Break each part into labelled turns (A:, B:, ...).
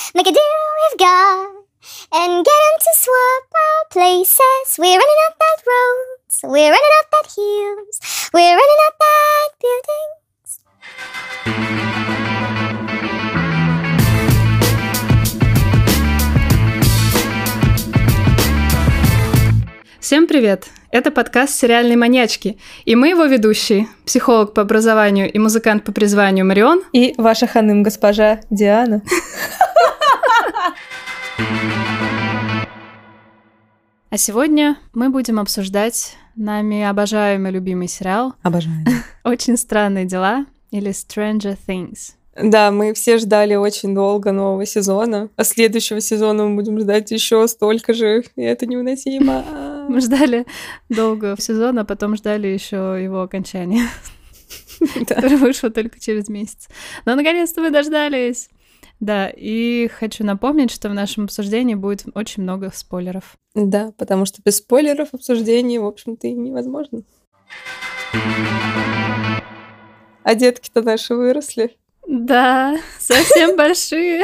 A: make a deal with God, and get him to swap our places. We're running up that roads, we're running up that hills, we're running up that buildings.
B: Всем привет! Это подкаст «Сериальные маньячки», и мы его ведущие, психолог по образованию и музыкант по призванию Марион
C: и ваша ханым госпожа Диана.
B: А сегодня мы будем обсуждать нами обожаемый любимый сериал «Очень странные дела» или «Stranger Things».
C: Да, мы все ждали очень долго нового сезона, а следующего сезона мы будем ждать еще столько же, и это невыносимо.
B: Мы ждали долго сезона, а потом ждали еще его окончания, которое вышло только через месяц. Но наконец-то мы дождались! Да, и хочу напомнить, что в нашем обсуждении будет очень много спойлеров.
C: Да, потому что без спойлеров обсуждение, в общем-то, и невозможно. А детки-то наши выросли.
B: Да, совсем большие.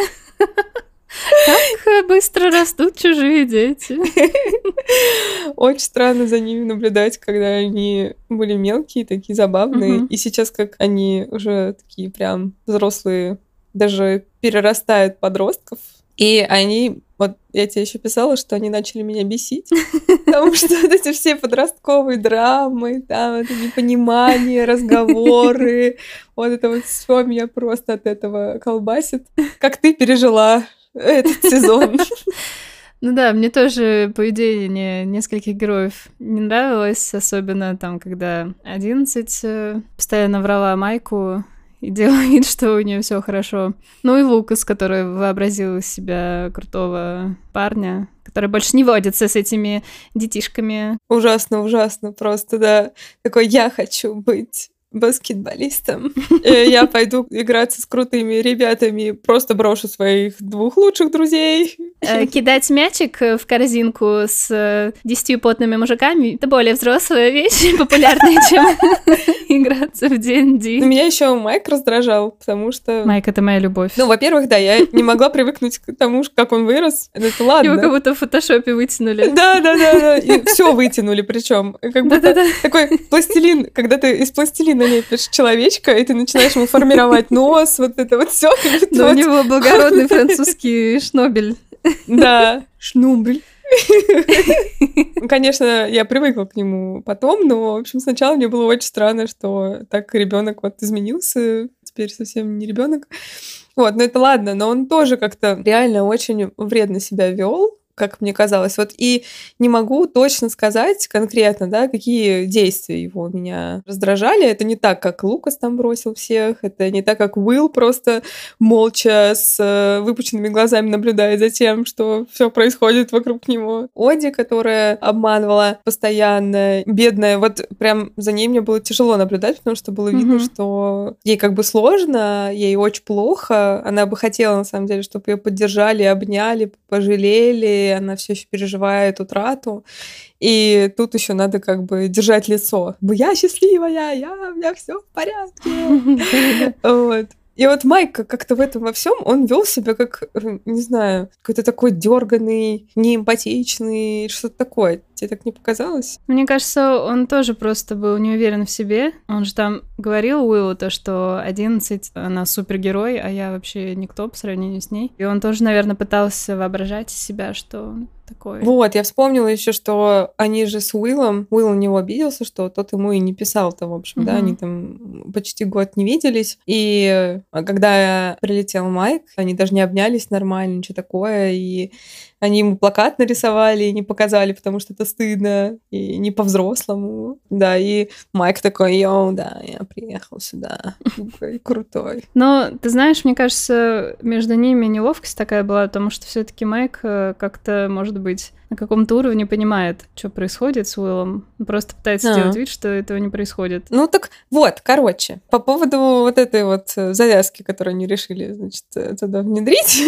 B: Как быстро растут чужие дети.
C: Очень странно за ними наблюдать, когда они были мелкие, такие забавные. И сейчас, как они уже такие прям взрослые, даже перерастают подростков. И они, вот я тебе еще писала, что они начали меня бесить, потому что вот эти все подростковые драмы, там это непонимание, разговоры, вот это вот все меня просто от этого колбасит. Как ты пережила этот сезон?
B: Ну да, мне тоже поведение нескольких героев не нравилось, особенно там, когда 11 постоянно врала Майку и делала вид, что у нее все хорошо. Ну и Лукас, который вообразил из себя крутого парня, который больше не водится с этими детишками.
C: Ужасно, ужасно просто, да. Такой, я хочу быть баскетболистом. Я пойду играться с крутыми ребятами, просто брошу своих 2 лучших друзей.
B: Кидать мячик в корзинку с 10 потными мужиками — это более взрослая вещь, популярная, чем играться в D&D.
C: Меня еще Майк раздражал, потому что...
B: Майк — это моя любовь.
C: Ну, во-первых, да, я не могла привыкнуть к тому, как он вырос. Это ладно.
B: Его как будто в фотошопе вытянули.
C: Да. И все вытянули, причем. Как будто такой пластилин, когда ты из пластилина лепишь человечка, и ты начинаешь ему формировать нос, вот это вот все.
B: Но у него благородный французский шнобель.
C: Да, шнобель. Конечно, я привыкла к нему потом, но, в общем, сначала мне было очень странно, что так ребенок вот изменился, теперь совсем не ребенок. Вот, но это ладно, но он тоже как-то реально очень вредно себя вел, как мне казалось. Вот и не могу точно сказать конкретно, да, какие действия его меня раздражали. Это не так, как Лукас там бросил всех, это не так, как Уилл просто молча с выпученными глазами наблюдает за тем, что все происходит вокруг него. Оди, которая обманывала постоянно, бедная, вот прям за ней мне было тяжело наблюдать, потому что было видно, что ей как бы сложно, ей очень плохо, она бы хотела, на самом деле, чтобы ее поддержали, обняли, пожалели, она все еще переживает утрату. И тут еще надо как бы держать лицо. Я счастливая, у меня все в порядке. Вот. И вот Майк как-то в этом во всем он вел себя как, не знаю, какой-то такой дерганый, неэмпатичный, что-то такое. Тебе так не показалось?
B: Мне кажется, он тоже просто был не уверен в себе. Он же там говорил Уиллу то, что 11, она супергерой, а я вообще никто по сравнению с ней. И он тоже, наверное, пытался воображать из себя, что он такой.
C: Вот, я вспомнила еще, что они же с Уиллом, Уилл на него обиделся, что тот ему и не писал-то, в общем, да, они там почти год не виделись. И когда прилетел Майк, они даже не обнялись нормально, ничего такое, и они ему плакат нарисовали и не показали, потому что это стыдно, и не по-взрослому. Да, и Майк такой, йоу, да, я приехал сюда, такой крутой.
B: Но, ты знаешь, мне кажется, между ними неловкость такая была, потому что все-таки Майк как-то, может быть, на каком-то уровне понимает, что происходит с Уиллом. Он просто пытается сделать вид, что этого не происходит.
C: Ну так вот, короче, по поводу вот этой вот завязки, которую они решили, значит, туда внедрить.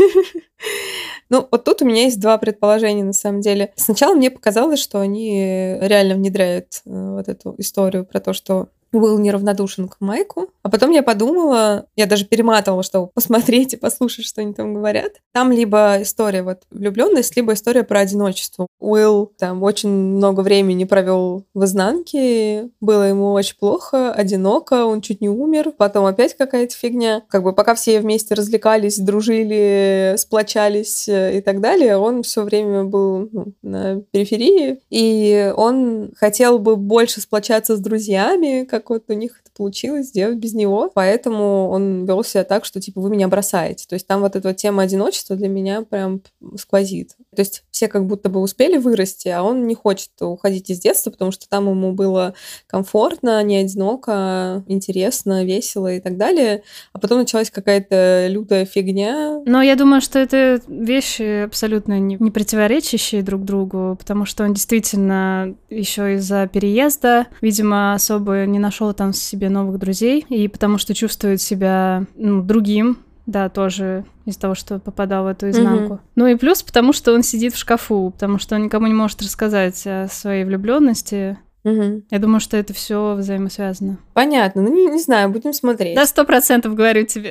C: Ну, вот тут у меня есть 2 предположения, на самом деле. Сначала мне показалось, что они реально внедряют вот эту историю про то, что Уилл неравнодушен к Майку. А потом я подумала, я даже перематывала, чтобы посмотреть и послушать, что они там говорят. Там либо история вот влюбленность, либо история про одиночество. Уилл там очень много времени провел в изнанке, было ему очень плохо, одиноко, он чуть не умер. Потом опять какая-то фигня. Как бы пока все вместе развлекались, дружили, сплочались и так далее, он все время был на периферии, и он хотел бы больше сплочаться с друзьями, как вот у них это получилось сделать без него. Поэтому он вел себя так, что типа вы меня бросаете. То есть там вот эта вот тема одиночества для меня прям сквозит. То есть все как будто бы успели вырасти, а он не хочет уходить из детства, потому что там ему было комфортно, не одиноко, интересно, весело и так далее. А потом началась какая-то лютая фигня.
B: Но я думаю, что это вещи абсолютно не противоречащие друг другу, потому что он действительно еще из-за переезда, видимо, особо не нашел там себе новых друзей, и потому что чувствует себя другим, да, тоже из-за того, что попадал в эту изнанку. Ну и плюс, потому что он сидит в шкафу, потому что он никому не может рассказать о своей влюбленности. Я думаю, что это все взаимосвязано.
C: Понятно. Ну, не знаю, будем смотреть.
B: Да, 100% говорю тебе.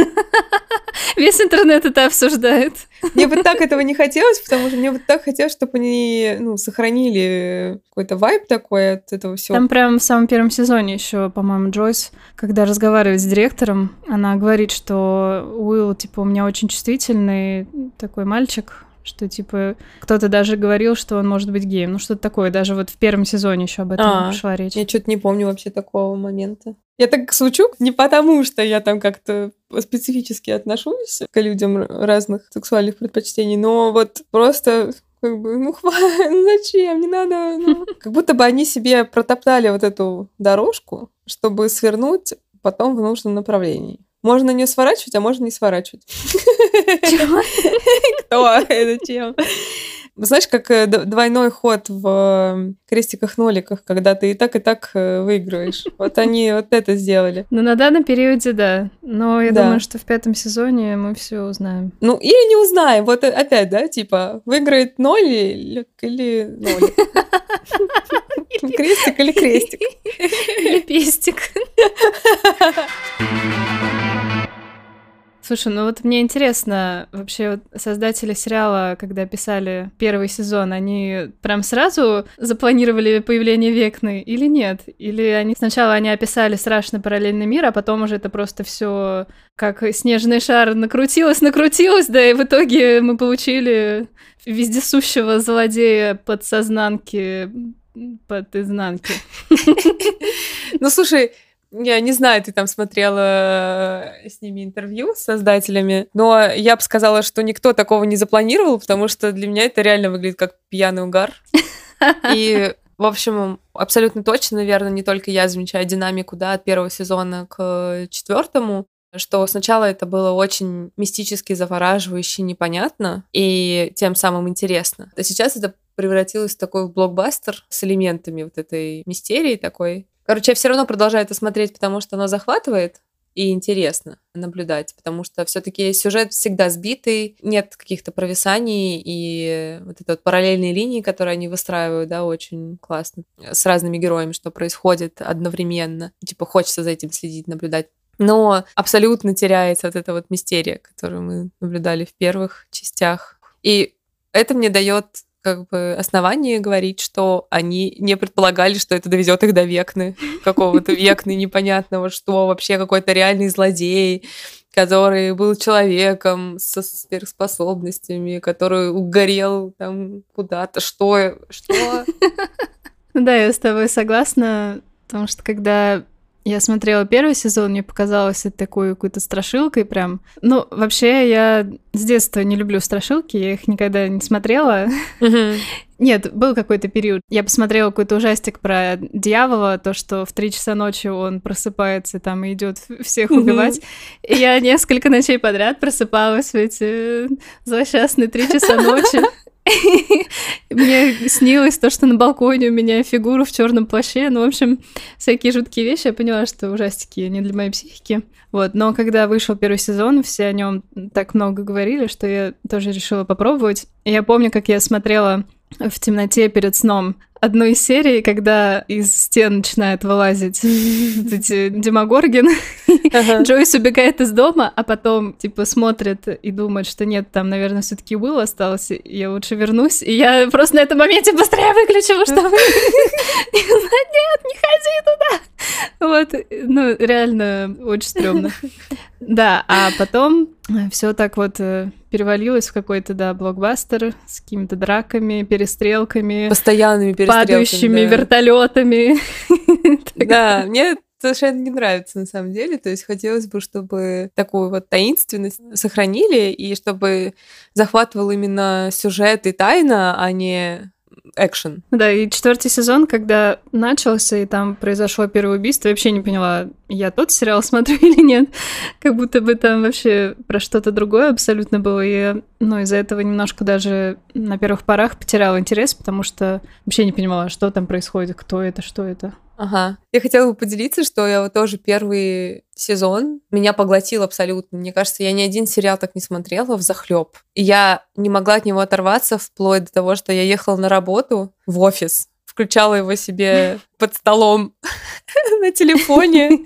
B: Весь интернет это обсуждает.
C: Мне бы так этого не хотелось, потому что мне бы так хотелось, чтобы они сохранили какой-то вайб такой от этого всего.
B: Там прям в самом первом сезоне еще, по-моему, Джойс, когда разговаривает с директором, она говорит, что Уилл, типа, у меня очень чувствительный такой мальчик, что, типа, кто-то даже говорил, что он может быть геем. Ну, что-то такое. Даже вот в первом сезоне еще об этом шла речь.
C: Я что-то не помню вообще такого момента. Я так звучу не потому, что я там как-то специфически отношусь к людям разных сексуальных предпочтений, но вот просто как бы, зачем, не надо. Как будто бы они себе протоптали вот эту дорожку, чтобы свернуть потом в нужном направлении. Можно на нее сворачивать, а можно не сворачивать.
B: Чего?
C: Кто? Это чем? Знаешь, как двойной ход в крестиках-ноликах, когда ты и так выигрываешь. Вот они вот это сделали.
B: Ну, на данном периоде, да. Но я думаю, что в 5 сезоне мы все узнаем.
C: Ну, или не узнаем. Вот опять, да, типа, выиграет нолик или нолик. Крестик или крестик.
B: Или пестик. Слушай, ну вот мне интересно, вообще вот создатели сериала, когда писали первый сезон, они прям сразу запланировали появление Векны или нет? Или они сначала описали страшный параллельный мир, а потом уже это просто все как снежный шар накрутилось, да, и в итоге мы получили вездесущего злодея подсознанки, под изнанки.
C: Ну, слушай, я не знаю, ты там смотрела с ними интервью, с создателями, но я бы сказала, что никто такого не запланировал, потому что для меня это реально выглядит как пьяный угар. И, в общем, абсолютно точно, наверное, не только я замечаю динамику, да, от первого сезона к 4, что сначала это было очень мистически, завораживающе, непонятно, и тем самым интересно. А сейчас это превратилось в такой блокбастер с элементами вот этой мистерии такой. Короче, я все равно продолжаю это смотреть, потому что оно захватывает и интересно наблюдать, потому что все-таки сюжет всегда сбитый, нет каких-то провисаний, и вот эти вот параллельные линии, которые они выстраивают, да, очень классно, с разными героями, что происходит одновременно. Типа хочется за этим следить, наблюдать. Но абсолютно теряется вот эта вот мистерия, которую мы наблюдали в первых частях. И это мне дает как бы основание говорить, что они не предполагали, что это доведет их до Векны, какого-то Векны непонятного, что вообще какой-то реальный злодей, который был человеком со сверхспособностями, который угорел там куда-то. Что?
B: Ну да, я с тобой согласна, потому что когда я смотрела первый сезон, мне показалось это такой какой-то страшилкой прям. Ну, вообще, я с детства не люблю страшилки, я их никогда не смотрела. Нет, был какой-то период. Я посмотрела какой-то ужастик про дьявола, то, что в 3 часа ночи он просыпается там и идет всех убивать. И я несколько ночей подряд просыпалась в эти злосчастные 3 часа ночи. Мне снилось то, что на балконе у меня фигура в черном плаще. Ну, в общем, всякие жуткие вещи. Я поняла, что ужастики не для моей психики. Вот. Но когда вышел первый сезон, все о нем так много говорили, что я тоже решила попробовать. И я помню, как я смотрела в темноте перед сном одну из серий, когда из стен начинают вылазить эти демогоргины. Джойс убегает из дома, а потом, типа, смотрит и думает, что нет, там, наверное, все-таки Уилл остался, я лучше вернусь. И я просто на этом моменте быстрее выключила, чтобы не сказать, нет, не ходи туда. Вот, ну, реально очень стрёмно. Да, а потом все так вот перевалилось в какой-то, да, блокбастер с какими-то драками, перестрелками.
C: Постоянными перестрелками,
B: падающими вертолетами.
C: Да, мне совершенно не нравится на самом деле. То есть хотелось бы, чтобы такую вот таинственность сохранили, и чтобы захватывал именно сюжет и тайна, а не экшен.
B: Да, и 4-й сезон, когда начался, и там произошло первое убийство, я вообще не поняла, я тот сериал смотрю или нет. Как будто бы там вообще про что-то другое абсолютно было. И, ну, из-за этого немножко даже на первых порах потеряла интерес, потому что вообще не понимала, что там происходит, кто это, что это.
C: Ага. Я хотела бы поделиться, что я вот тоже первый сезон меня поглотил абсолютно. Мне кажется, я ни один сериал так не смотрела взахлёб. И я не могла от него оторваться вплоть до того, что я ехала на работу в офис, включала его себе под столом на телефоне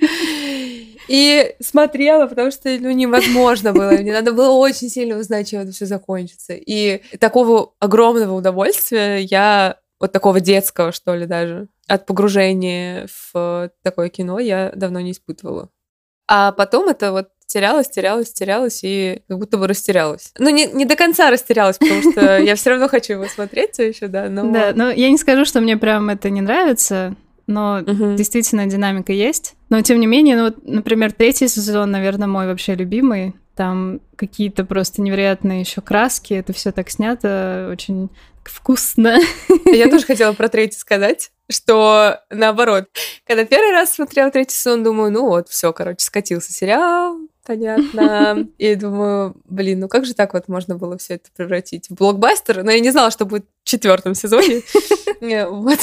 C: и смотрела, потому что, ну, невозможно было. Мне надо было очень сильно узнать, чем это все закончится. И такого огромного удовольствия я, вот такого детского, что ли, даже, от погружения в такое кино я давно не испытывала. А потом это вот терялась, и как будто бы растерялась. Ну, не до конца растерялась, потому что я все равно хочу его смотреть все еще, да.
B: Да, но я не скажу, что мне прям это не нравится, но действительно динамика есть. Но тем не менее, ну, вот, например, 3-й сезон, наверное, мой вообще любимый. Там какие-то просто невероятные еще краски, это все так снято очень вкусно.
C: Я тоже хотела про 3-й сказать, что наоборот, когда первый раз смотрела 3-й сезон, думаю, ну вот, все, короче, скатился сериал, понятно. И думаю, блин, ну как же так вот можно было все это превратить в блокбастер? Но я не знала, что будет в 4-м сезоне. Вот.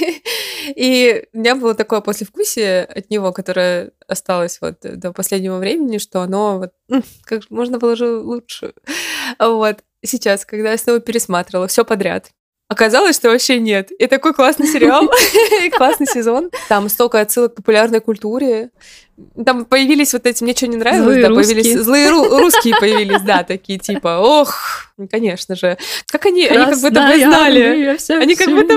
C: И у меня было такое послевкусие от него, которое осталось вот до последнего времени, что оно вот, как можно было же лучше. Вот. Сейчас, когда я снова пересматривала все подряд, оказалось, что вообще нет. И такой классный сериал, классный сезон. Там столько отсылок к популярной культуре. Там появились вот эти, мне что не нравилось,
B: злые
C: да,
B: русские.
C: появились злые русские появились, да, такие типа, ох, конечно же. Как они как будто бы знали. Они как будто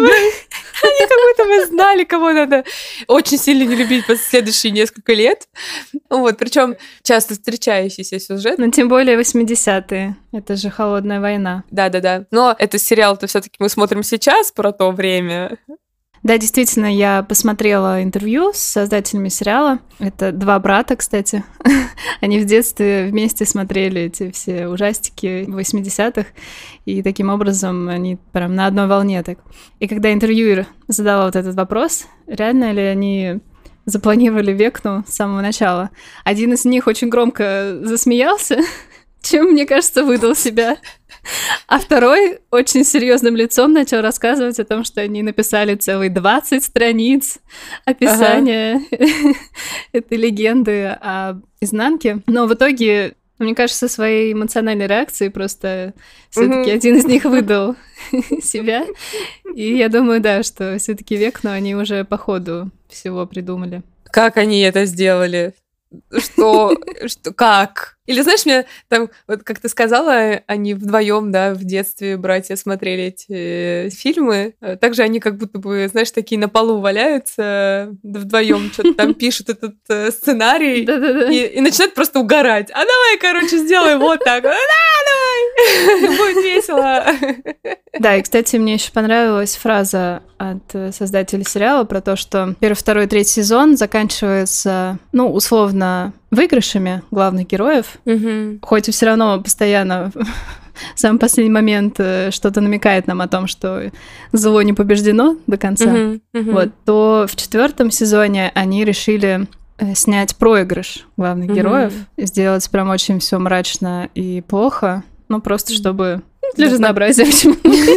C: бы знали, кого надо очень сильно не любить по следующие несколько лет. Вот, причем часто встречающийся сюжет.
B: Ну, тем более 80-е. Это же холодная война.
C: Да. Но это сериал-то все-таки мы смотрим сейчас про то время.
B: Да, действительно, я посмотрела интервью с создателями сериала. Это 2 брата, кстати. Они в детстве вместе смотрели эти все ужастики 80-х, и таким образом они прям на одной волне так. И когда интервьюер задавал вот этот вопрос, реально ли они запланировали Векну с самого начала, один из них очень громко засмеялся, чем, мне кажется, выдал себя. А второй очень серьезным лицом начал рассказывать о том, что они написали целые 20 страниц описания этой легенды об изнанке. Но в итоге, мне кажется, своей эмоциональной реакцией просто все-таки один из них выдал себя. И я думаю, да, что все-таки Векну они уже по ходу всего придумали.
C: Как они это сделали? Что, как? Или, знаешь, мне там, вот как ты сказала, они вдвоем, да, в детстве братья смотрели эти фильмы. Также они как будто бы, знаешь, такие на полу валяются вдвоем, что-то там пишут этот сценарий и начинают просто угорать. А давай, короче, сделай вот так. Да, давай! Будет весело.
B: Да, и, кстати, мне еще понравилась фраза от создателей сериала про то, что 1, 2, 3 сезон заканчивается, ну, условно, выигрышами главных героев, хоть и все равно постоянно в самый последний момент что-то намекает нам о том, что зло не побеждено до конца, вот, то в 4 сезоне они решили снять проигрыш главных героев, сделать прям очень все мрачно и плохо, ну, просто чтобы для разнообразия почему-то.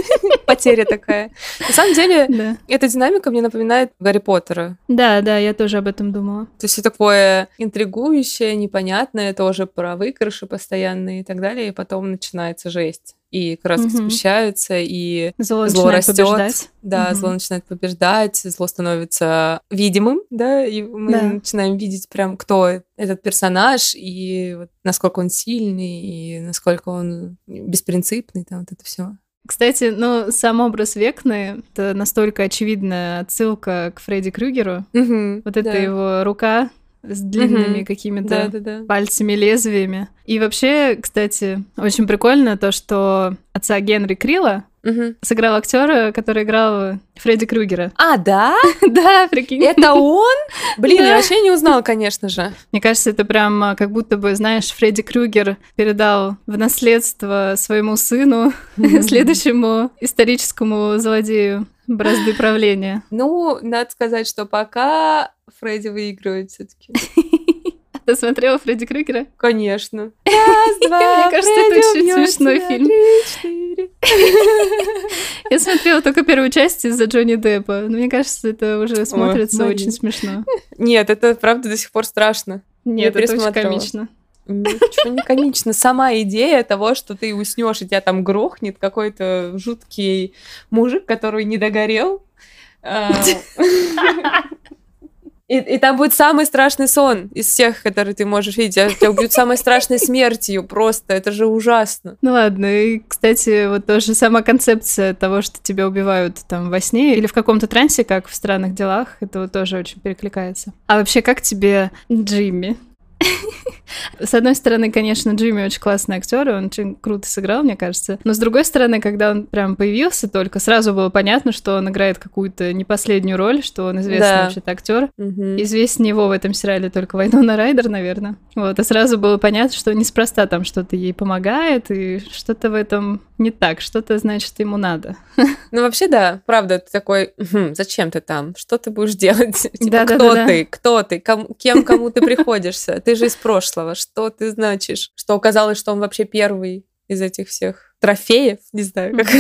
C: Потеря такая. На самом деле,
B: Да.
C: эта динамика мне напоминает Гарри Поттера.
B: Да, я тоже об этом думала.
C: То есть все такое интригующее, непонятное, тоже про выигрыши постоянные и так далее, и потом начинается жесть. И краски сгущаются, и
B: Зло
C: зло
B: начинает
C: растет.
B: побеждать.
C: Да, зло начинает побеждать, зло становится видимым, да, и мы начинаем видеть прям, кто этот персонаж, и вот насколько он сильный, и насколько он беспринципный, там вот это все.
B: Кстати, сам образ Векны — это настолько очевидная отсылка к Фредди Крюгеру. Вот это его рука с длинными какими-то пальцами-лезвиями. И вообще, кстати, очень прикольно то, что отца Генри Крилла сыграл актера, который играл Фредди Крюгера.
C: А, да?
B: Да, прикинь.
C: Это он? Блин, я вообще не узнала, конечно же.
B: Мне кажется, это прям как будто бы, знаешь, Фредди Крюгер передал в наследство своему сыну, следующему историческому злодею бразды правления.
C: Ну, надо сказать, что пока Фредди выигрывает все-таки.
B: Ты смотрела Фредди Крюгера?
C: Конечно. Раз, два,
B: мне кажется, это очень смешной фильм. Я смотрела только первую часть из-за Джонни Деппа, но мне кажется, это уже смотрится очень смешно.
C: Нет, это правда до сих пор страшно.
B: Нет, это очень комично.
C: Ничего не комично. Сама идея того, что ты уснешь, и тебя там грохнет какой-то жуткий мужик, который не догорел. И там будет самый страшный сон из всех, которые ты можешь видеть. Тебя убьют самой страшной смертью просто. Это же ужасно.
B: Ну ладно, и, кстати, вот тоже сама концепция того, что тебя убивают там во сне или в каком-то трансе, как в «Странных делах», это вот тоже очень перекликается. А вообще, как тебе Джимми? С одной стороны, конечно, Джимми очень классный актер, и он очень круто сыграл, мне кажется. Но с другой стороны, когда он прям появился только, сразу было понятно, что он играет какую-то не последнюю роль, что он известный вообще-то актер. Известнее его в этом сериале только Вайнона Райдер, наверное. Вот, и сразу было понятно, что неспроста там что-то ей помогает, и что-то в этом не так, что-то, значит, ему надо.
C: Ну, вообще, да, правда, ты такой, зачем ты там? Что ты будешь делать? Кто ты? Кому ты приходишься? Ты же из прошлого. Что ты значишь? Что оказалось, что он вообще первый из этих всех трофеев? Не знаю, как...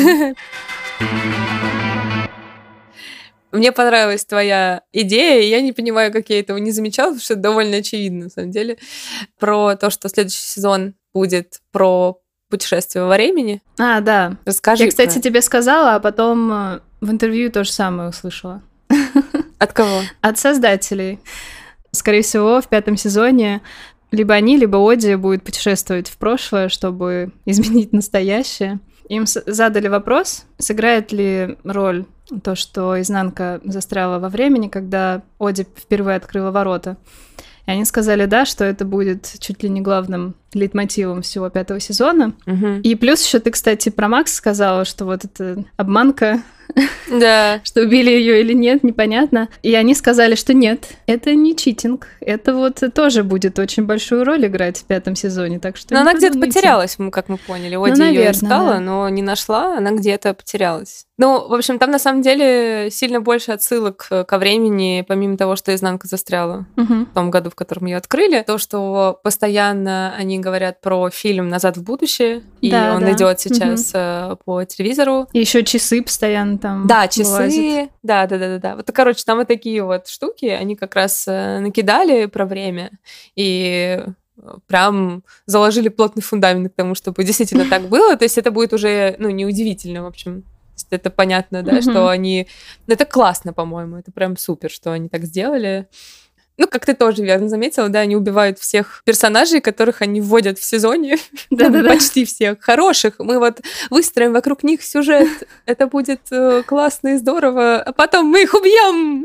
C: Мне понравилась твоя идея, и я не понимаю, как я этого не замечала, потому что это довольно очевидно, на самом деле, про то, что следующий сезон будет про путешествие во времени.
B: А, да.
C: Расскажи.
B: Я, кстати, тебе сказала, а потом в интервью то же самое услышала.
C: От кого?
B: От создателей. Скорее всего, в 5 сезоне либо они, либо Оди будет путешествовать в прошлое, чтобы изменить настоящее. Им задали вопрос, сыграет ли роль то, что изнанка застряла во времени, когда Оди впервые открыла ворота. И они сказали, да, что это будет чуть ли не главным лейтмотивом всего 5 сезона. И плюс еще ты, кстати, про Макс сказала, что вот эта обманка,
C: да.
B: что убили ее или нет, непонятно. И они сказали, что нет, это не читинг. Это вот тоже будет очень большую роль играть в 5 сезоне. Так что
C: но она где-то потерялась, как мы поняли. Оди ее искала, но не нашла, она где-то потерялась. Ну, в общем, там на самом деле сильно больше отсылок ко времени, помимо того, что изнанка застряла в том году, в котором ее открыли. То, что постоянно они говорят про фильм «Назад в будущее», и он идет сейчас по телевизору.
B: И еще часы постоянно там.
C: Да, часы.
B: Вылазят.
C: Да. Вот, короче, там вот такие вот штуки, они как раз накидали про время и прям заложили плотный фундамент к тому, чтобы действительно так было. То есть это будет уже, неудивительно, в общем. Это понятно, да, что они... Это классно, по-моему, это прям супер, что они так сделали. Ну, как ты тоже верно заметила, да, они убивают всех персонажей, которых они вводят в сезоне. Почти всех хороших. Мы вот выстроим вокруг них сюжет. Это будет классно и здорово. А потом мы их убьем.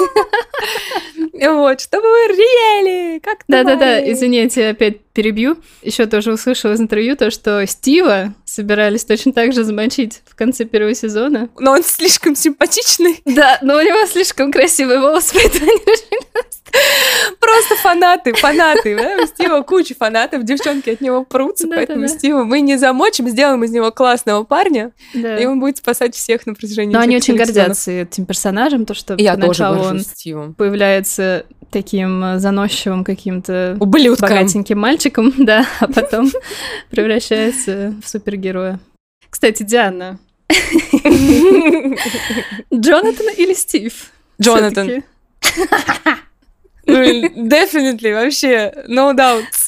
C: Вот, чтобы вы ревели.
B: Да, извини, я тебя опять перебью. Еще тоже услышала из интервью то, что Стива собирались точно так же замочить в конце 1 сезона.
C: Но он слишком симпатичный.
B: Да, но у него слишком красивые волосы, поэтому они решили...
C: Просто фанаты, да? У Стива куча фанатов, девчонки от него прутся, поэтому Стива мы не замочим, сделаем из него классного парня, и он будет спасать всех на протяжении.
B: Но они очень гордятся этим персонажем, то, что поначалу он появляется таким заносчивым каким-то
C: ублюдком,
B: богатеньким мальчиком, да, а потом превращается в супергероя. Кстати, Диана, Джонатан или Стив?
C: Джонатан.
B: Всё-таки.
C: Definitely, вообще, no doubts.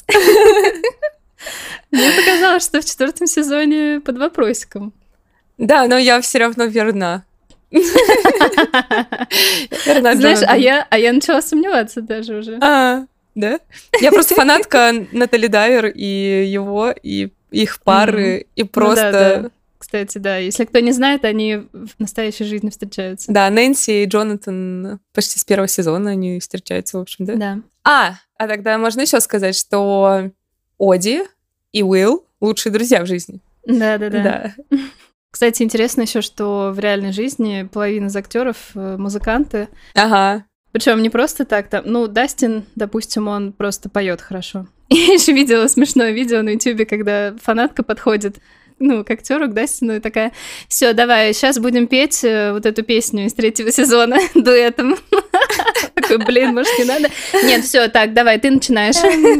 B: Мне показалось, что в 4 сезоне под вопросиком.
C: Да, но я все равно верна.
B: Знаешь, а я начала сомневаться даже уже.
C: Да? Я просто фанатка Натали Дайер и его, и их пары, и просто...
B: Кстати, да, если кто не знает, они в настоящей жизни встречаются.
C: Да, Нэнси и Джонатан почти с 1 сезона они встречаются, в общем, да?
B: Да.
C: А тогда можно еще сказать, что Оди и Уилл лучшие друзья в жизни.
B: Да. Кстати, интересно еще, что в реальной жизни половина из актеров музыканты.
C: Ага.
B: Причем не просто так там. Ну, Дастин, допустим, он просто поет хорошо. Я еще видела смешное видео на Ютубе, когда фанатка подходит к актеру, к Дастину, и такая: все, давай, сейчас будем петь вот эту песню из 3 сезона дуэтом. Такой, блин, может, не надо? Нет, все, так, давай, ты начинаешь.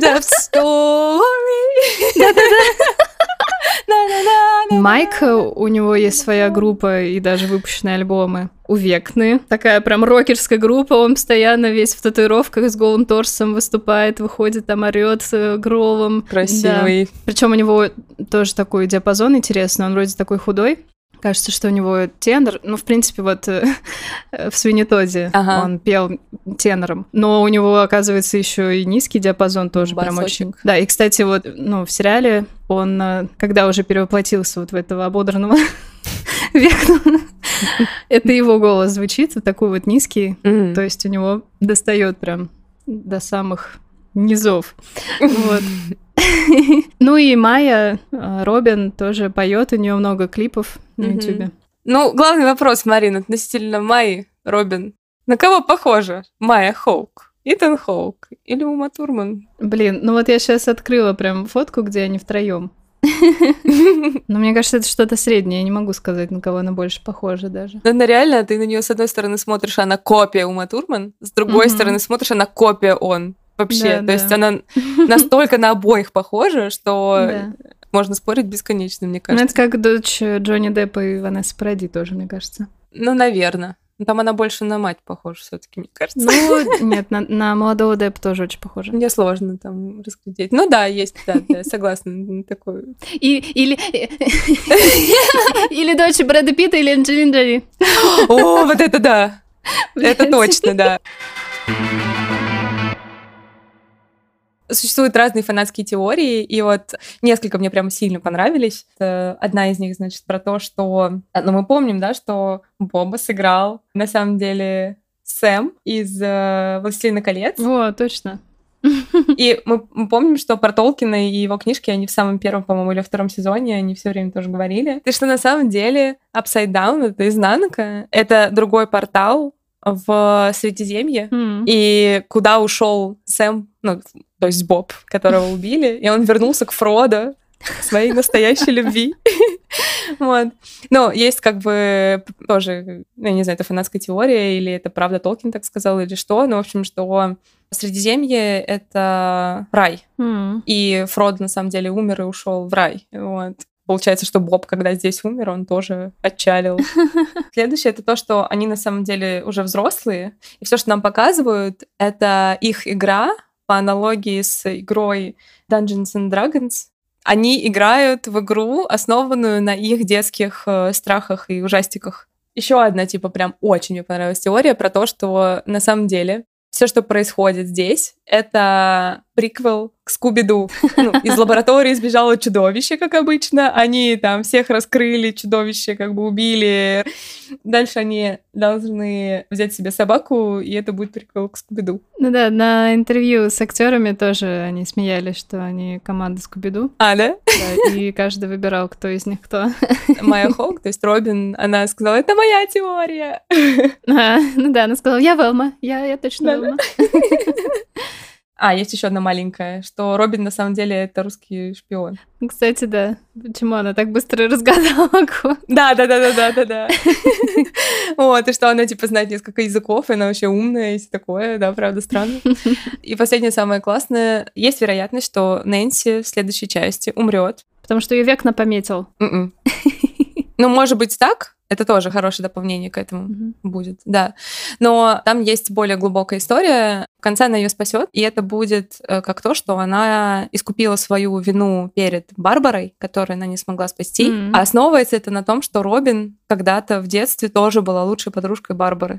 B: Майк, у него есть своя группа и даже выпущенные альбомы. У Векны. Такая прям рокерская группа, он постоянно весь в татуировках с голым торсом выступает, выходит, там орёт гровом.
C: Красивый.
B: Да. Причем у него тоже такой диапазон интересный, он вроде такой худой. Кажется, что у него тенор. Ну, в принципе, вот в Свинни Тодди он пел тенором. Но у него, оказывается, еще и низкий диапазон тоже прям очень. Да, и, кстати, вот, в сериале он, когда уже перевоплотился вот в этого ободранного Векну, это его голос звучит, вот такой вот низкий. То есть у него достает прям до самых низов. Вот. Ну и Майя, Робин, тоже поет, у нее много клипов на Ютубе.
C: Ну, главный вопрос, Марин, относительно Майи, Робин. На кого похожа Майя Хоук? Итан Хоук или Ума Турман?
B: Блин, ну вот я сейчас открыла прям фотку, где они втроем. Но мне кажется, это что-то среднее, я не могу сказать, на кого она больше похожа даже.
C: Но она реально, ты на нее с одной стороны смотришь, она копия Ума Турман, с другой стороны смотришь, она копия он. Вообще, то есть она настолько на обоих похожа, что можно спорить бесконечно, мне кажется.
B: Ну, это как дочь Джонни Деппа и Ванессы Паради тоже, мне кажется.
C: Ну, наверное. Там она больше на мать похожа все-таки, мне кажется.
B: Ну, нет, на молодого Деппа тоже очень похожа.
C: Мне сложно там разглядеть. Ну да, есть, да, согласна. Такой.
B: Или дочь Брэда Питта, или Анджелины Джоли.
C: О, вот это да! Это точно, да. Существуют разные фанатские теории, и вот несколько мне прям сильно понравились. Одна из них, значит, про то, что... Ну, мы помним, да, что Боба сыграл, на самом деле, Сэм из «Властелина колец».
B: О, точно.
C: И мы помним, что про Толкина и его книжки, они в самом первом, по-моему, или 2 сезоне, они все время тоже говорили. И что на самом деле Upside Down — это изнанка, это другой портал в Средиземье, и куда ушел Сэм, ну, то есть Боб, которого убили, и он вернулся к Фродо, к своей настоящей любви. Вот. Но есть как бы тоже, я не знаю, это фанатская теория, или это правда Толкин так сказал, или что, но, в общем, что Средиземье — это рай, и Фродо, на самом деле, умер и ушел в рай, вот. Получается, что Боб, когда здесь умер, он тоже отчалил. Следующее — это то, что они на самом деле уже взрослые, и все, что нам показывают, это их игра по аналогии с игрой Dungeons and Dragons. Они играют в игру, основанную на их детских страхах и ужастиках. Еще одна, типа, прям очень мне понравилась теория про то, что на самом деле все, что происходит здесь, это приквел к Скуби-Ду. Ну, из лаборатории сбежало чудовище, как обычно. Они там всех раскрыли, чудовище как бы убили. Дальше они должны взять себе собаку, и это будет приквел к Скуби-Ду.
B: Ну да, на интервью с актерами тоже они смеялись, что они команда Скуби-Ду.
C: А, да?
B: Да, и каждый выбирал, кто из них кто.
C: Майя Хоук, то есть Робин, она сказала, это моя теория.
B: Ну да, она сказала, я Велма, я точно Велма.
C: Есть еще одна маленькая, что Робин на самом деле это русский шпион.
B: Кстати, да. Почему она так быстро разгадала код?
C: Да. Вот, и что она, типа, знает несколько языков, и она вообще умная, и все такое, да, правда, странно. И последнее, самое классное, есть вероятность, что Нэнси в следующей части умрет.
B: Потому что ее Векна пометил.
C: Ну, может быть, так. Это тоже хорошее дополнение к этому будет, да. Но там есть более глубокая история. В конце она ее спасет, и это будет как то, что она искупила свою вину перед Барбарой, которую она не смогла спасти. А основывается это на том, что Робин когда-то в детстве тоже была лучшей подружкой Барбары.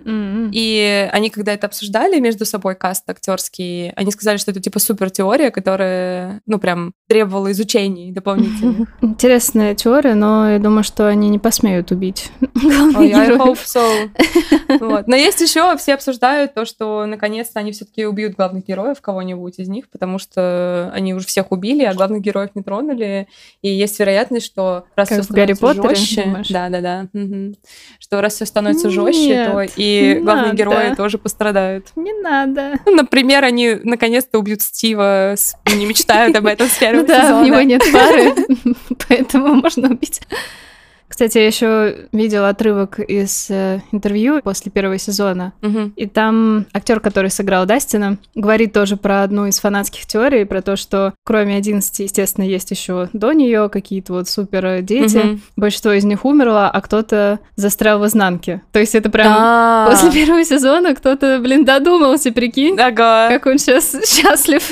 C: И они, когда это обсуждали между собой, каст актерский, они сказали, что это типа супер теория, которая, ну, прям требовала изучений дополнительных.
B: Интересная теория, но я думаю, что они не посмеют убить главных
C: I
B: героев.
C: hope so. Вот. Но есть еще, все обсуждают то, что наконец-то они все-таки убьют главных героев, кого-нибудь из них, потому что они уже всех убили, а главных героев не тронули. И есть вероятность, что раз
B: Как
C: все
B: в Гарри
C: становится
B: Поттере,
C: жестче,
B: думаешь?
C: да, что раз все становится жестче,
B: Нет,
C: то и
B: не
C: главные
B: надо.
C: герои тоже пострадают.
B: Не надо.
C: Ну, например, они наконец-то убьют Стива, не мечтают об этом с первого
B: Ну да,
C: сезона.
B: у него нет пары, поэтому можно убить. Кстати, я еще видела отрывок из интервью после первого сезона, и там актер, который сыграл Дастина, говорит тоже про одну из фанатских теорий, про то, что кроме 11, естественно, есть еще до нее какие-то вот супер дети. Большинство из них умерло, а кто-то застрял в изнанке. То есть это прям после первого сезона кто-то, додумался, прикинь,
C: Ага.
B: как он сейчас счастлив.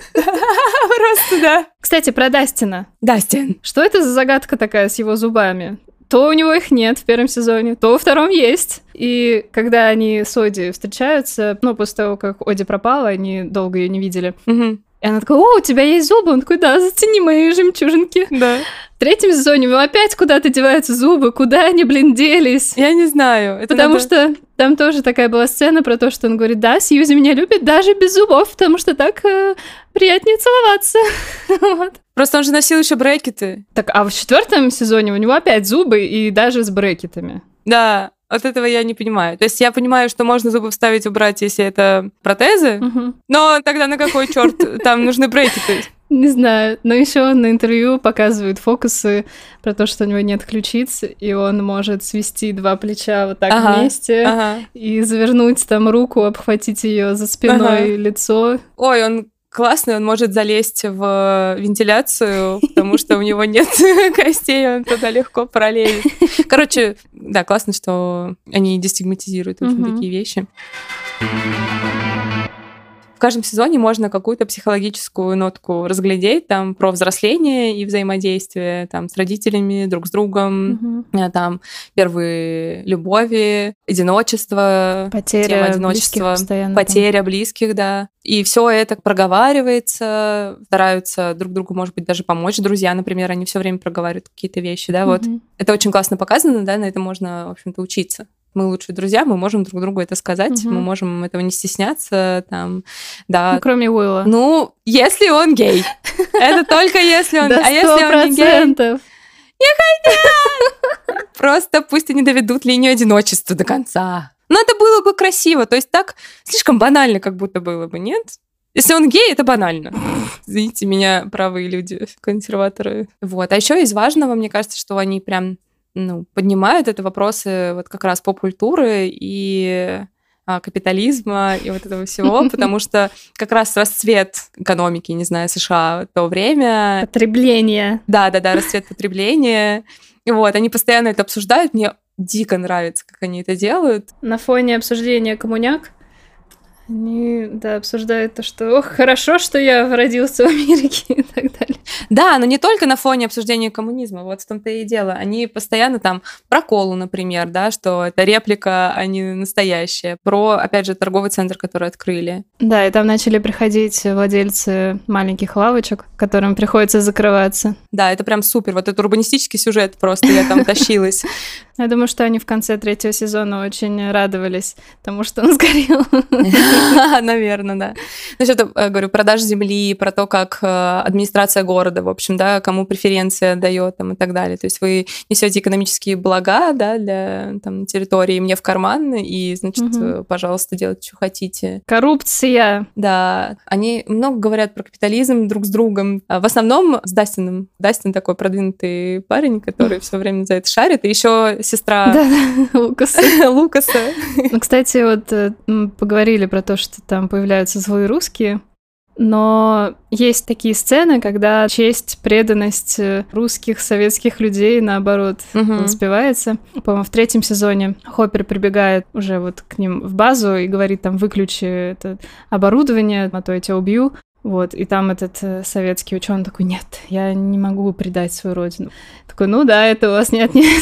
C: Просто, да.
B: Кстати, про Дастина.
C: Дастин.
B: Что это за загадка такая с его зубами? То у него их нет в первом сезоне, то во втором есть. И когда они с Оди встречаются, ну, после того, как Оди пропала, они долго ее не видели, и она такая: о, у тебя есть зубы? Он такой: да, зацени мои жемчужинки.
C: Да.
B: В третьем сезоне у него опять куда-то деваются зубы, куда они, делись?
C: Я не знаю. Это
B: Потому
C: надо-
B: что там тоже такая была сцена про то, что он говорит: да, Сьюзи меня любит даже без зубов, потому что так приятнее целоваться. Вот.
C: Просто он же носил еще брекеты.
B: Так, а в четвертом сезоне у него опять зубы и даже с брекетами.
C: Да, вот этого я не понимаю. То есть я понимаю, что можно зубы вставить, убрать, если это протезы, но тогда на какой черт там нужны брекеты?
B: Не знаю, но еще на интервью показывают фокусы про то, что у него нет ключиц, и он может свести два плеча вот так вместе и завернуть там руку, обхватить ее за спиной, лицо.
C: Ой, он классный, он может залезть в вентиляцию, потому что у него нет костей, он туда легко пролезет. Короче, да, классно, что они дестигматизируют очень такие вещи. В каждом сезоне можно какую-то психологическую нотку разглядеть, там, про взросление и взаимодействие, там, с родителями, друг с другом, там, первые любови, одиночество,
B: Потеря
C: тема
B: близких
C: одиночества,
B: постоянно.
C: потеря близких, да. И все это проговаривается, стараются друг другу, может быть, даже помочь. Друзья, например, они все время проговаривают какие-то вещи, да, вот. Это очень классно показано, да, на это можно, в общем-то, учиться. Мы лучшие друзья, мы можем друг другу это сказать, мы можем этого не стесняться, там, да.
B: Ну, кроме Уилла.
C: Ну, если он гей. Это только если он...
B: Да,
C: А если он не гей?
B: 100%.
C: Просто пусть они доведут линию одиночества до конца. Но это было бы красиво. То есть так слишком банально как будто было бы, нет? Если он гей, это банально. Извините меня, правые люди, консерваторы. Вот. А еще из важного, мне кажется, что они прям поднимают это вопросы вот как раз поп-культуры и капитализма и вот этого всего, потому что как раз расцвет экономики, не знаю, США в то время...
B: Потребление.
C: Да, расцвет потребления. И вот, они постоянно это обсуждают, мне дико нравится, как они это делают.
B: На фоне обсуждения коммуняк они, да, обсуждают то, что ох, хорошо, что я родился в Америке и так далее.
C: Да, но не только на фоне обсуждения коммунизма, вот в том-то и дело. Они постоянно там про колу, например, да, что это реплика, а не настоящая. Про, опять же, торговый центр, который открыли.
B: Да, и там начали приходить владельцы маленьких лавочек, которым приходится закрываться.
C: Да, это прям супер. Вот этот урбанистический сюжет просто, я там тащилась.
B: Я думаю, что они в конце третьего сезона очень радовались тому, что он сгорел.
C: Наверное, да. Ну, что-то, говорю, продаж земли, про то, как администрация города, в общем, да, кому преференция дает там, и так далее. То есть вы несете экономические блага, да, для там, территории мне в карман, и, значит, пожалуйста, делайте, что хотите.
B: Коррупция.
C: Да, они много говорят про капитализм друг с другом. В основном с Дастином. Дастин такой продвинутый парень, который все время за это шарит, и еще сестра Лукаса.
B: Ну, кстати, вот поговорили про то, что там появляются злые русские. Но есть такие сцены, когда честь, преданность русских, советских людей, наоборот, воспевается. По-моему, в 3-м сезоне Хоппер прибегает уже вот к ним в базу и говорит там: выключи это оборудование, а то я тебя убью. Вот, и там этот советский ученый такой: нет, я не могу предать свою родину. Такой: ну да, это у вас не отнять.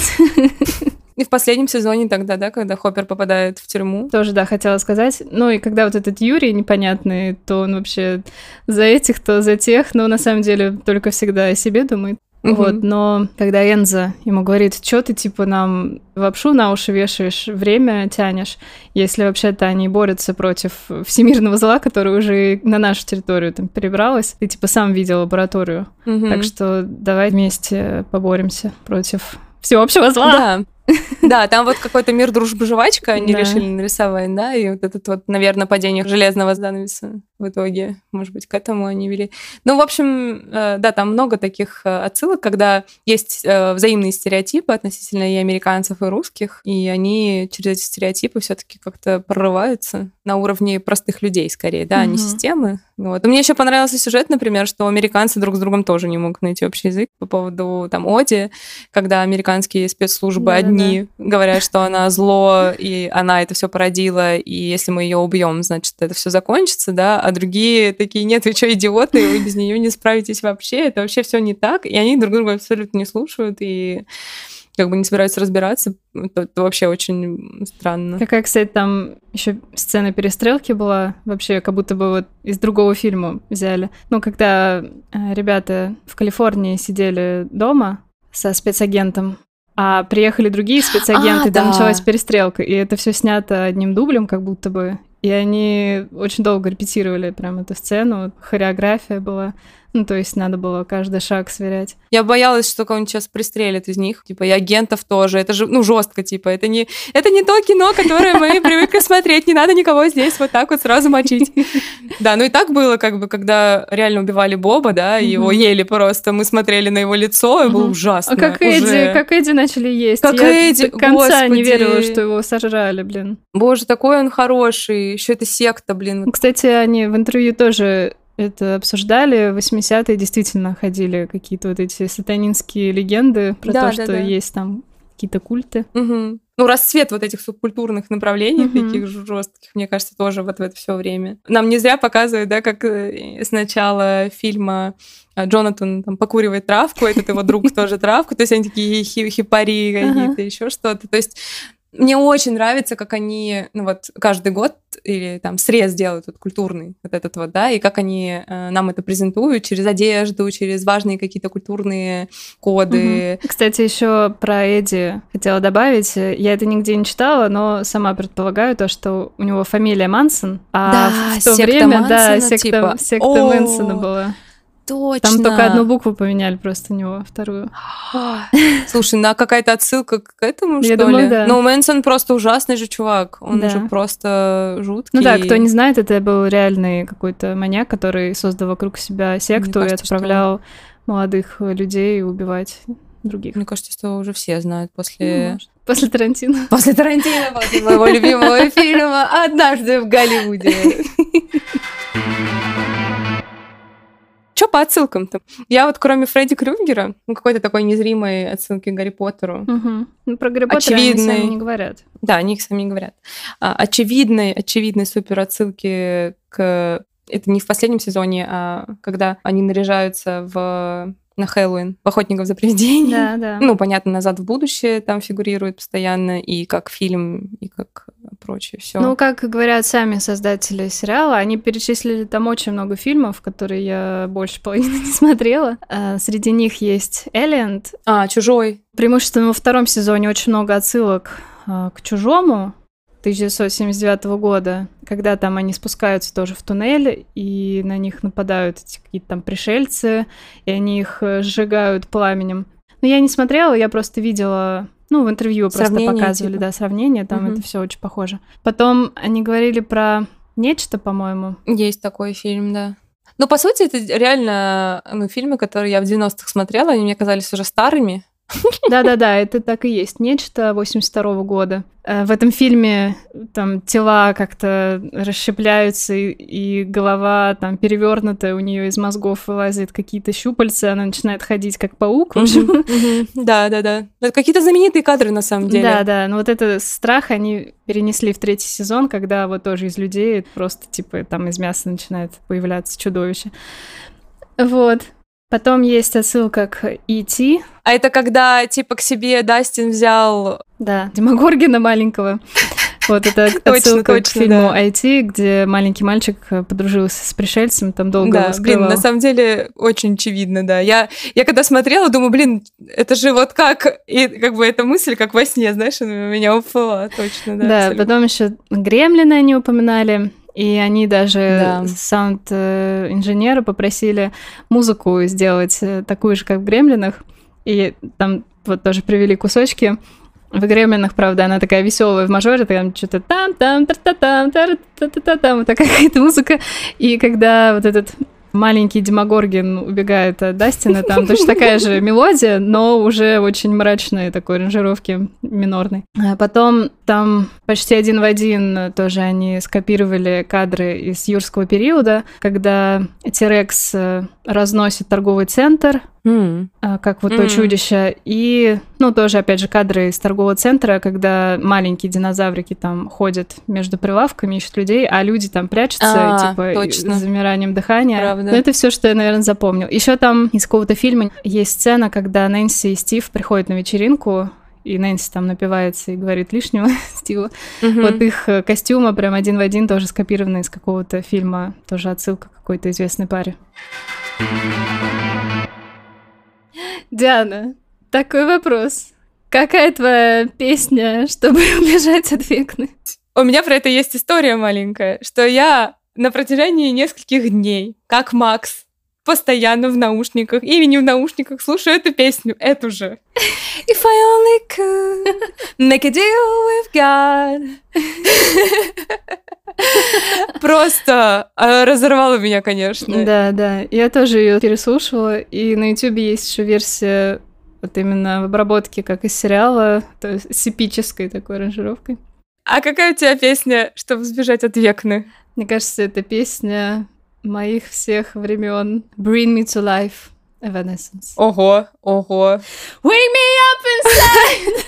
C: И в последнем сезоне тогда, да, когда Хоппер попадает в тюрьму.
B: Тоже, да, хотела сказать. Ну и когда вот этот Юрий непонятный, то он вообще за этих, то за тех, но на самом деле только всегда о себе думает. Вот, но когда Энза ему говорит: что ты, типа, нам лапшу на уши вешаешь, время тянешь, если вообще-то они борются против всемирного зла, которое уже на нашу территорию там перебралось, ты, типа, сам видел лабораторию, так что давай вместе поборемся против всеобщего зла.
C: Да. Да, там вот какой-то мир, дружба, жвачка они решили нарисовать, да, и вот этот вот, наверное, падение железного занавеса в итоге, может быть, к этому они вели. Ну, в общем, да, там много таких отсылок, когда есть взаимные стереотипы относительно и американцев, и русских, и они через эти стереотипы все-таки как-то прорываются на уровне простых людей, скорее, да, а не системы. Вот. И мне еще понравился сюжет, например, что американцы друг с другом тоже не могут найти общий язык по поводу там Оди, когда американские спецслужбы одни говорят, что она зло, и она это все породила, и если мы ее убьем, значит, это все закончится, да, а другие такие: нет, вы что, идиоты, вы без нее не справитесь вообще, это вообще все не так, и они друг друга абсолютно не слушают, и как бы не собираются разбираться. Это вообще очень странно.
B: Какая, кстати, там еще сцена перестрелки была, вообще как будто бы вот из другого фильма взяли. Ну, когда ребята в Калифорнии сидели дома со спецагентом, а приехали другие спецагенты, там началась перестрелка, и это все снято одним дублем, как будто бы. И они очень долго репетировали прям эту сцену, хореография была. Ну, то есть надо было каждый шаг сверять.
C: Я боялась, что кого-нибудь сейчас пристрелят из них, типа, и агентов тоже. Это же, ну, жестко, типа, это не то кино, которое мы привыкли смотреть, не надо никого здесь вот так вот сразу мочить. Да, ну и так было, как бы, когда реально убивали Боба, да, его ели просто, мы смотрели на его лицо, и было ужасно.
B: А как Эдди начали есть?
C: Как Эдди,
B: до конца не верила, что его сожрали, блин.
C: Боже, такой он хороший, еще это секта, блин.
B: Кстати, они в интервью тоже это обсуждали. В 80-е действительно ходили какие-то вот эти сатанинские легенды про то, что есть там какие-то культы.
C: Ну, расцвет вот этих субкультурных направлений, таких жестких, мне кажется, тоже вот в это все время. Нам не зря показывают, да, как с начала фильма Джонатан там покуривает травку, этот его друг тоже травку, то есть они такие хипари какие-то, еще что-то. То есть мне очень нравится, как они, ну вот, каждый год или там срез делают вот, культурный вот этот вот, да, и как они нам это презентуют через одежду, через важные какие-то культурные коды.
B: Кстати, еще про Эдди хотела добавить. Я это нигде не читала, но сама предполагаю то, что у него фамилия Мансон, а в то время,
C: Мансона,
B: секта Мэнсона была.
C: Точно.
B: Там только одну букву поменяли просто у него, вторую.
C: Слушай, какая-то отсылка к этому,
B: Я
C: что
B: думаю,
C: ли?
B: да.
C: Но Мэнсон просто ужасный же чувак. Он же просто жуткий.
B: Ну да, кто не знает, это был реальный какой-то маньяк, который создал вокруг себя секту и отправлял молодых людей убивать других.
C: Мне кажется, что уже все знают после
B: Тарантино.
C: После Тарантино, после моего любимого фильма «Однажды в Голливуде». Что по отсылкам-то? Я вот кроме Фредди Крюгера, какой-то такой незримой отсылки к Гарри Поттеру.
B: Ну, про Гарри Поттера они сами не говорят.
C: Да, они их сами не говорят. Очевидной супер отсылки к... Это не в последнем сезоне, а когда они наряжаются на Хэллоуин, в «Охотников за привидениями».
B: Да.
C: Ну, понятно, «Назад в будущее» там фигурирует постоянно, и как фильм, и как прочее все.
B: Ну, как говорят сами создатели сериала, они перечислили там очень много фильмов, которые я больше половины не смотрела. Среди них есть «Элленд».
C: «Чужой».
B: Преимущественно во 2-м сезоне очень много отсылок к «Чужому» 1979 года, когда там они спускаются тоже в туннель, и на них нападают какие-то там пришельцы, и они их сжигают пламенем. Но я не смотрела, я просто видела... Ну, в интервью
C: сравнение,
B: просто показывали,
C: типа.
B: Да, сравнение, там это все очень похоже. Потом они говорили про «Нечто», по-моему.
C: Есть такой фильм, да. Ну, по сути, это реально фильмы, которые я в 90-х смотрела, они мне казались уже старыми,
B: Да-да-да, это так и есть. Нечто 82 года. В этом фильме там тела как-то расщепляются, и голова там перевернутая, у нее из мозгов вылазят какие-то щупальца, она начинает ходить как паук. В общем.
C: Да-да-да. Это какие-то знаменитые кадры, на самом деле.
B: Да-да, но вот этот страх они перенесли в 3-й сезон, когда вот тоже из людей просто типа там из мяса начинает появляться чудовище. Вот. Потом есть отсылка к E.T.
C: А это когда, типа, к себе Дастин взял...
B: Да, Демогоргона маленького. Вот это отсылка к фильму IT, где маленький мальчик подружился с пришельцем, там долго его скрывал.
C: Блин, на самом деле очень очевидно, да. Я когда смотрела, думаю, блин, это же вот как... И как бы эта мысль, как во сне, знаешь, она меня уплыла, точно, да.
B: Да, потом еще Гремлины они упоминали. И они даже саунд-инженера попросили музыку сделать такую же, как в «Гремлинах». И там вот тоже привели кусочки. В «Гремлинах», правда, она такая веселая в мажоре, там что-то там, тар-та-там, вот такая какая-то музыка. И когда вот этот маленький Демогоргон убегает от Дастина, там точно такая же мелодия, но уже очень мрачной такой аранжировки минорной. А потом там почти один в один тоже они скопировали кадры из юрского периода, когда T-Rex разносит торговый центр, как вот то чудище, и, тоже, опять же, кадры из торгового центра, когда маленькие динозаврики там ходят между прилавками, ищут людей, а люди там прячутся, с замиранием дыхания.
C: Правда.
B: Но это все, что я, наверное, запомнил. Еще там из какого-то фильма есть сцена, когда Нэнси и Стив приходят на вечеринку, и Нэнси там напивается и говорит лишнего Стиву. Вот их костюмы прям один в один тоже скопированы из какого-то фильма, тоже отсылка к какой-то известной паре. Диана, такой вопрос. Какая твоя песня, чтобы убежать от Векны?
C: У меня про это есть история маленькая, что я на протяжении нескольких дней, как Макс, постоянно в наушниках, или не в наушниках, слушаю эту песню, эту же. If I only could make a deal with God. Просто разорвала меня, конечно.
B: Да, я тоже ее переслушивала, и на Ютубе есть еще версия вот именно в обработке, как из сериала, то есть с эпической такой аранжировкой.
C: А какая у тебя песня, чтобы сбежать от Векны?
B: Мне кажется, это песня моих всех времен. Bring Me to Life, Evanescence.
C: Ого.
B: Wake me up inside!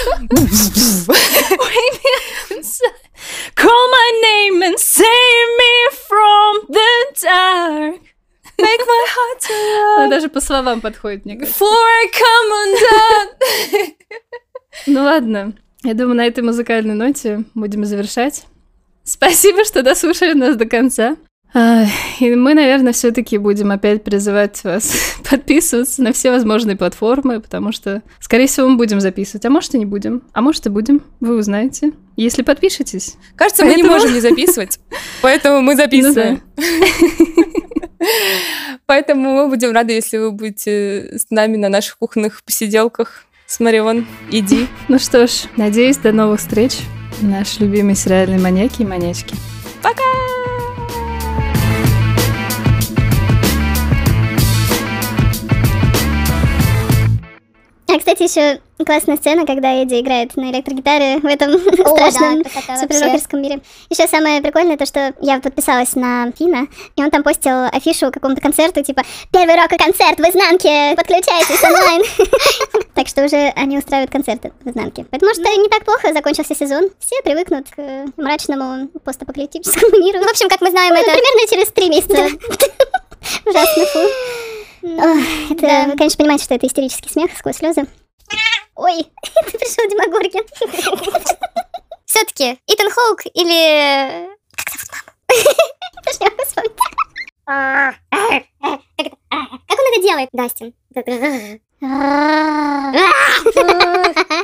B: Wake me up inside! Call my name and save me from the dark.
C: Make my heart to love.
B: Она даже по словам подходит, мне кажется.
C: Before I come undone.
B: Ну ладно, я думаю, на этой музыкальной ноте будем завершать. Спасибо, что дослушали нас до конца. И мы, наверное, все-таки будем опять призывать вас подписываться на все возможные платформы, потому что, скорее всего, мы будем записывать, а может и не будем, а может и будем, вы узнаете, если подпишетесь.
C: Кажется, мы не можем не записывать, поэтому мы записываем. Поэтому мы будем рады, если вы будете с нами на наших кухонных посиделках с Марион. Иди.
B: Ну что ж, надеюсь, до новых встреч, наши любимые сериальные маньяки и маньячки.
C: Пока!
A: А, кстати, еще классная сцена, когда Эдди играет на электрогитаре в этом страшном суперрокерском мире. Еще самое прикольное то, что я подписалась на Фина, и он там постил афишу какому-то концерту, типа «Первый рок-концерт в Изнанке! Подключайтесь онлайн!» Так что уже они устраивают концерты в Изнанке. Поэтому, может, не так плохо закончился сезон. Все привыкнут к мрачному постапокалиптическому миру. В общем, как мы знаем, это примерно через 3 месяца. Ужасно, фу. Это, вы, конечно, понимаете, что это истерический смех сквозь слезы. Ой, ты пришел, Демогоргон. Все-таки Итан Хоук или... Как зовут маму? Даже не могу вспомнить. Как он это делает, Дастин?